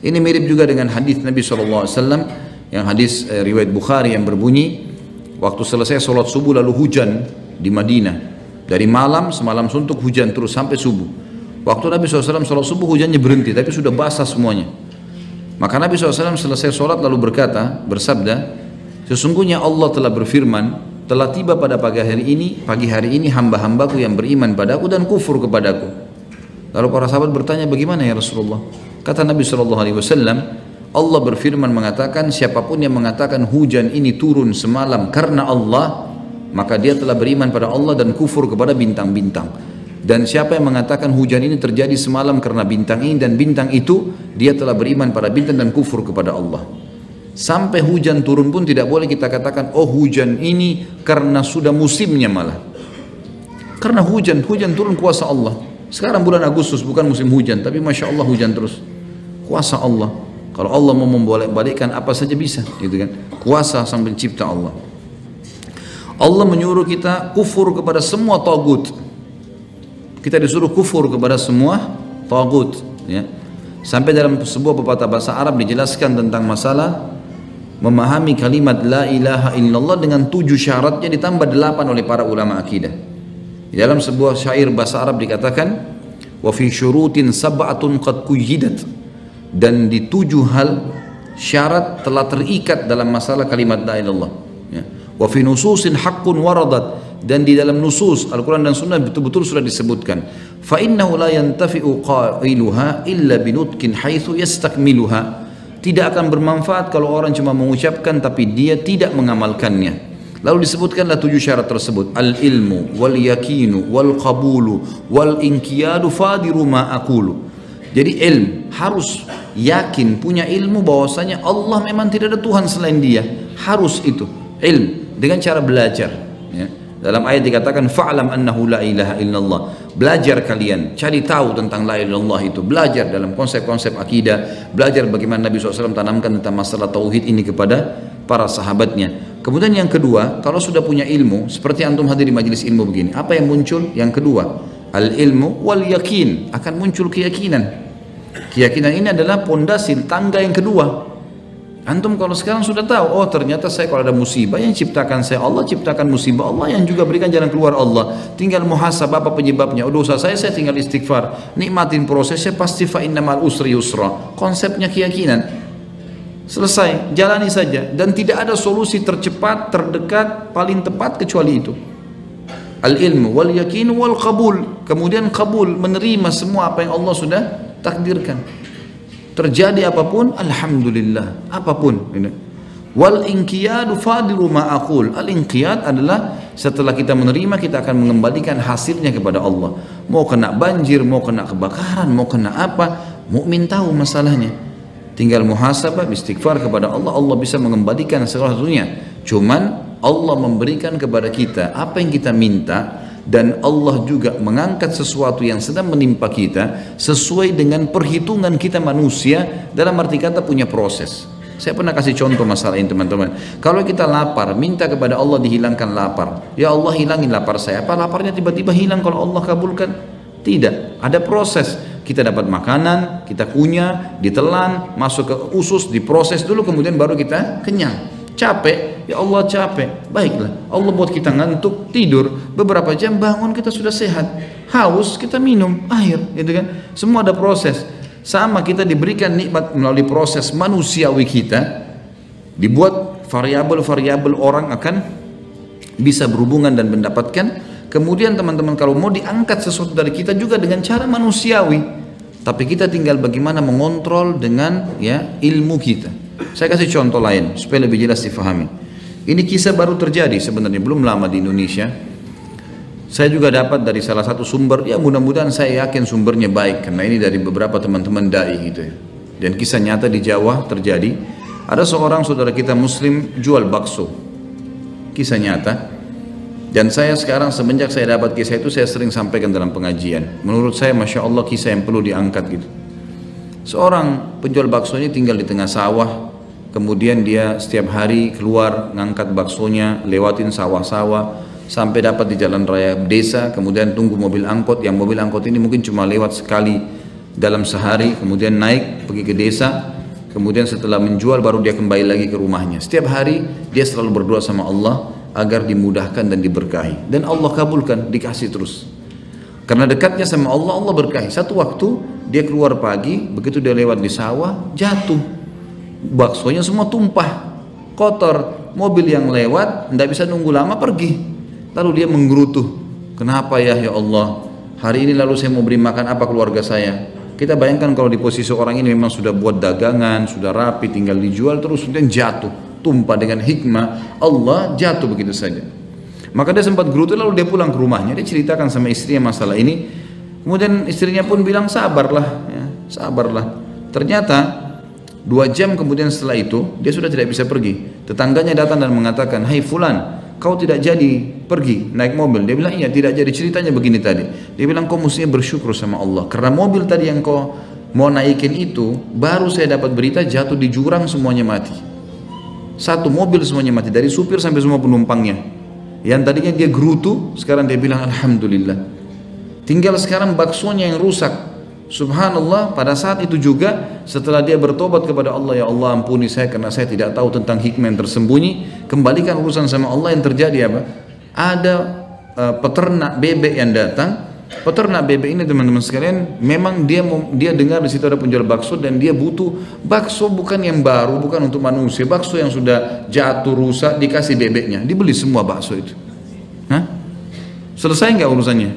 Ini mirip juga dengan hadis Nabi SAW, yang hadis riwayat Bukhari yang berbunyi, waktu selesai sholat subuh lalu hujan di Madinah. Dari malam, semalam suntuk hujan terus sampai subuh. Waktu Nabi SAW sholat subuh hujannya berhenti, tapi sudah basah semuanya. Maka Nabi SAW selesai sholat lalu bersabda, sesungguhnya Allah telah berfirman, telah tiba pada pagi hari ini hamba-hambaku yang beriman padaku dan kufur kepadaku. Lalu para sahabat bertanya, bagaimana ya Rasulullah? Kata Nabi SAW, Allah berfirman mengatakan, siapapun yang mengatakan hujan ini turun semalam karena Allah, maka dia telah beriman pada Allah dan kufur kepada bintang-bintang. Dan siapa yang mengatakan hujan ini terjadi semalam karena bintang ini dan bintang itu, dia telah beriman pada bintang dan kufur kepada Allah. Sampai hujan turun pun tidak boleh kita katakan, oh hujan ini karena sudah musimnya malah. Karena hujan turun kuasa Allah. Sekarang bulan Agustus bukan musim hujan, tapi Masya Allah hujan terus. Kuasa Allah. Kalau Allah mau membolak-balikkan apa saja bisa, gitu kan? Kuasa sang pencipta Allah. Allah menyuruh kita kufur kepada semua tagut. Kita disuruh kufur kepada semua tagut, ya. Sampai dalam sebuah pepatah bahasa Arab dijelaskan tentang masalah memahami kalimat la ilaha illallah dengan 7 syaratnya ditambah 8 oleh para ulama akidah. Di dalam sebuah syair bahasa Arab dikatakan, wa fi syurutin sab'atun qad quyyidat, dan di 7 hal syarat telah terikat dalam masalah kalimat la ilaha illallah, ya. Wa fi nususin haqqun waradat, dan di dalam nusus Al-Quran dan Sunnah betul-betul sudah disebutkan, fa innahu la yantafi'u qailuha illa binutkin haitsu yastakmiluha, tidak akan bermanfaat kalau orang cuma mengucapkan tapi dia tidak mengamalkannya. Lalu disebutkanlah 7 syarat tersebut, al-ilmu wal yakinu wal qabulu wal inqiyadu fadiru ma aqulu. Jadi ilmu, harus yakin, punya ilmu bahwasanya Allah memang tidak ada Tuhan selain dia. Harus itu, ilmu, dengan cara belajar, ya. Dalam ayat dikatakan fa'lam annahu la ilaha illallah. Belajar kalian, cari tahu tentang la ilaha illallah itu. Belajar dalam konsep-konsep akidah, belajar bagaimana Nabi SAW tanamkan tentang masalah tauhid ini kepada para sahabatnya. Kemudian yang kedua, kalau sudah punya ilmu, seperti antum hadir di majelis ilmu begini, apa yang muncul? Yang kedua, al-ilmu wal yakin, akan muncul keyakinan. Keyakinan ini adalah pondasi tangga yang kedua. Antum kalau sekarang sudah tahu, oh ternyata saya kalau ada musibah yang ciptakan saya Allah, ciptakan musibah Allah, yang juga berikan jalan keluar Allah. Tinggal muhasabah apa penyebabnya. Oh dosa saya tinggal istighfar. Nikmatin prosesnya, pasti fa innamal usri yusra. Konsepnya keyakinan. Selesai, jalani saja. Dan tidak ada solusi tercepat, terdekat, paling tepat kecuali itu. Al-ilmu wal yakin wal qabul. Kemudian qabul, menerima semua apa yang Allah sudah takdirkan. Terjadi apapun, alhamdulillah, apapun. Wal inqiyadu fadilu ma aqul. Al inqiyad adalah setelah kita menerima, kita akan mengembalikan hasilnya kepada Allah. Mau kena banjir, mau kena kebakaran, mau kena apa, mukmin tahu masalahnya. Tinggal muhasabah, istighfar kepada Allah, Allah bisa mengembalikan segala sesuatunya. Cuman Allah memberikan kepada kita apa yang kita minta, dan Allah juga mengangkat sesuatu yang sedang menimpa kita sesuai dengan perhitungan kita manusia, dalam arti kata punya proses. Saya pernah kasih contoh masalah ini teman-teman. Kalau kita lapar, minta kepada Allah dihilangkan lapar. Ya Allah hilangin lapar saya. Apa laparnya tiba-tiba hilang kalau Allah kabulkan? Tidak. Ada proses. Kita dapat makanan, kita kunyah, ditelan, masuk ke usus, diproses dulu, kemudian baru kita kenyang. Capek, ya Allah capek, baiklah Allah buat kita ngantuk, tidur beberapa jam, bangun kita sudah sehat. Haus, kita minum air, gitu kan. Semua ada proses. Sama kita diberikan nikmat melalui proses manusiawi kita, dibuat variabel-variabel orang akan bisa berhubungan dan mendapatkan. Kemudian teman-teman kalau mau diangkat sesuatu dari kita juga dengan cara manusiawi, tapi kita tinggal bagaimana mengontrol dengan ya ilmu kita. Saya kasih contoh lain supaya lebih jelas difahami. Ini kisah baru terjadi sebenarnya, belum lama di Indonesia. Saya juga dapat dari salah satu sumber, ya mudah-mudahan saya yakin sumbernya baik, karena ini dari beberapa teman-teman dai gitu ya. Dan kisah nyata di Jawa terjadi. Ada seorang saudara kita muslim jual bakso. Kisah nyata. Dan saya sekarang semenjak saya dapat kisah itu, saya sering sampaikan dalam pengajian. Menurut saya Masya Allah kisah yang perlu diangkat gitu. Seorang penjual bakso ini tinggal di tengah sawah. Kemudian dia setiap hari keluar ngangkat baksonya, lewatin sawah-sawah sampai dapat di jalan raya desa. Kemudian tunggu mobil angkot, yang mobil angkot ini mungkin cuma lewat sekali dalam sehari, kemudian naik pergi ke desa, kemudian setelah menjual baru dia kembali lagi ke rumahnya. Setiap hari dia selalu berdoa sama Allah agar dimudahkan dan diberkahi, dan Allah kabulkan, dikasih terus. Karena dekatnya sama Allah, Allah berkahi. Satu waktu dia keluar pagi, begitu dia lewat di sawah, jatuh, baksonya semua tumpah, kotor. Mobil yang lewat tidak bisa nunggu lama, pergi. Lalu dia menggerutu, kenapa ya Allah, hari ini lalu saya mau beri makan apa keluarga saya. Kita bayangkan kalau di posisi orang ini memang sudah buat dagangan, sudah rapi, tinggal dijual, terus kemudian jatuh, tumpah. Dengan hikmah Allah jatuh begitu saja. Maka dia sempat gerutu, lalu dia pulang ke rumahnya, dia ceritakan sama istrinya masalah ini. Kemudian istrinya pun bilang sabarlah, ya, sabarlah. Ternyata 2 jam kemudian setelah itu dia sudah tidak bisa pergi. Tetangganya datang dan mengatakan, hai fulan, kau tidak jadi pergi naik mobil. Dia bilang iya, tidak jadi. Ceritanya begini tadi, dia bilang kau mestinya bersyukur sama Allah, karena mobil tadi yang kau mau naikin itu, baru saya dapat berita jatuh di jurang, semuanya mati. Satu mobil semuanya mati, dari supir sampai semua penumpangnya. Yang tadinya dia gerutu, sekarang dia bilang alhamdulillah. Tinggal sekarang baksonya yang rusak. Subhanallah, pada saat itu juga setelah dia bertobat kepada Allah, ya Allah ampuni saya karena saya tidak tahu tentang hikmah yang tersembunyi, kembalikan urusan sama Allah. Yang terjadi apa? Ada peternak bebek yang datang. Peternak bebek ini teman-teman sekalian, memang dia dengar di situ ada penjual bakso dan dia butuh bakso bukan yang baru, bukan untuk manusia, bakso yang sudah jatuh rusak, dikasih bebeknya, dibeli semua bakso itu. Hah? Selesai nggak urusannya?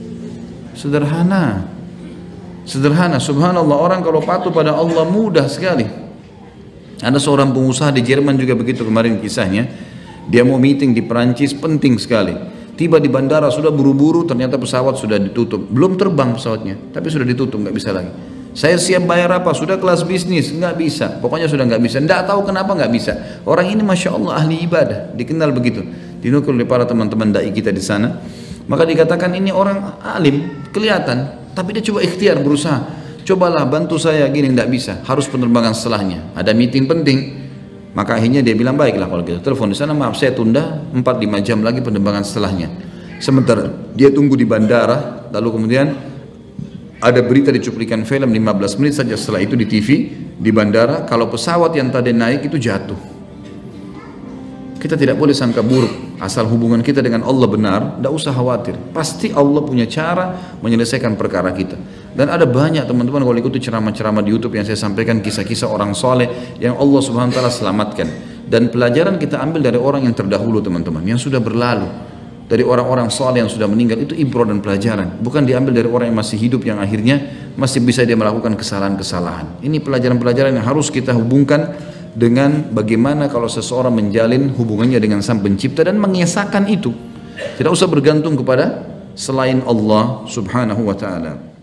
Sederhana, sederhana. Subhanallah, orang kalau patuh pada Allah mudah sekali. Ada seorang pengusaha di Jerman juga begitu kemarin kisahnya. Dia mau meeting di Perancis, penting sekali. Tiba di bandara sudah buru-buru, ternyata pesawat sudah ditutup, belum terbang pesawatnya, tapi sudah ditutup, nggak bisa lagi. Saya siap bayar apa? Sudah kelas bisnis, nggak bisa. Pokoknya sudah nggak bisa. Nggak tahu kenapa nggak bisa. Orang ini masya Allah ahli ibadah, dikenal begitu, dinukil oleh para teman-teman dai kita di sana. Maka dikatakan ini orang alim, kelihatan, tapi dia coba ikhtiar, berusaha. Cobalah bantu saya gini, nggak bisa. Harus penerbangan setelahnya. Ada meeting penting. Maka akhirnya dia bilang baiklah kalau gitu, telepon di sana, maaf saya tunda 4-5 jam lagi penerbangan setelahnya. Sementara dia tunggu di bandara, lalu kemudian ada berita di cuplikan film 15 menit saja setelah itu di TV di bandara, kalau pesawat yang tadi naik itu jatuh. Kita tidak boleh sangka buruk, asal hubungan kita dengan Allah benar, tidak usah khawatir. Pasti Allah punya cara menyelesaikan perkara kita. Dan ada banyak teman-teman kalau ikuti ceramah-ceramah di YouTube yang saya sampaikan, kisah-kisah orang soleh yang Allah Subhanahu Wa Taala selamatkan. Dan pelajaran kita ambil dari orang yang terdahulu teman-teman, yang sudah berlalu, dari orang-orang soleh yang sudah meninggal, itu ibrah dan pelajaran. Bukan diambil dari orang yang masih hidup yang akhirnya masih bisa dia melakukan kesalahan-kesalahan. Ini pelajaran-pelajaran yang harus kita hubungkan dengan bagaimana kalau seseorang menjalin hubungannya dengan Sang Pencipta dan mengesahkan itu. Tidak usah bergantung kepada selain Allah Subhanahu Wa Taala.